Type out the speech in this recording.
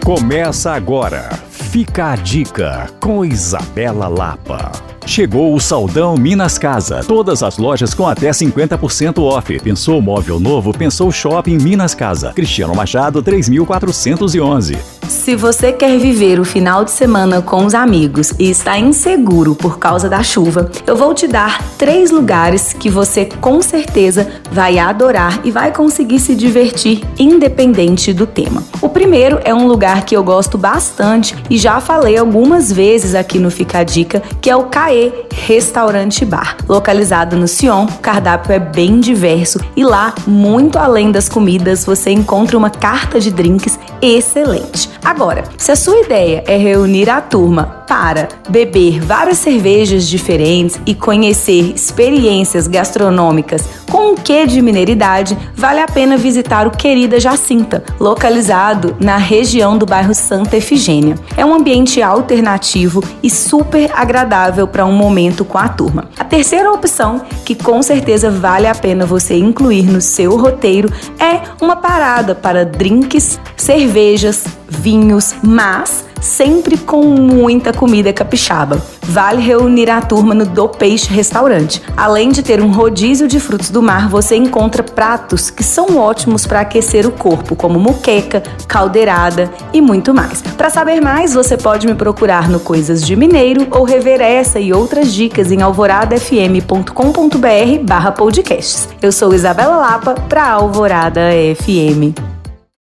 Começa agora. Fica a dica com Isabela Lapa. Chegou o Saldão Minas Casa. Todas as lojas com até 50% off. Pensou móvel novo? Pensou Shopping Minas Casa. Cristiano Machado, 3411. Se você quer viver o final de semana com os amigos e está inseguro por causa da chuva, eu vou te dar 3 lugares que você com certeza vai adorar e vai conseguir se divertir independente do tema. O primeiro é um lugar que eu gosto bastante e já falei algumas vezes aqui no Fica a Dica, que é o CAE Restaurante Bar. Localizado no Sion, o cardápio é bem diverso e lá, muito além das comidas, você encontra uma carta de drinks excelente. Agora, se a sua ideia é reunir a turma para beber várias cervejas diferentes e conhecer experiências gastronômicas com um quê de mineiridade, vale a pena visitar o Querida Jacinta, localizado na região do bairro Santa Efigênia. É um ambiente alternativo e super agradável para um momento com a turma. A terceira opção, que com certeza vale a pena você incluir no seu roteiro, é uma parada para drinks, cervejas, vinhos, mas sempre com muita comida capixaba. Vale reunir a turma no Do Peixe Restaurante. Além de ter um rodízio de frutos do mar, você encontra pratos que são ótimos para aquecer o corpo, como muqueca, caldeirada e muito mais. Para saber mais, você pode me procurar no Coisas de Mineiro ou rever essa e outras dicas em alvoradafm.com.br/podcasts. Eu sou Isabela Lapa para Alvorada FM.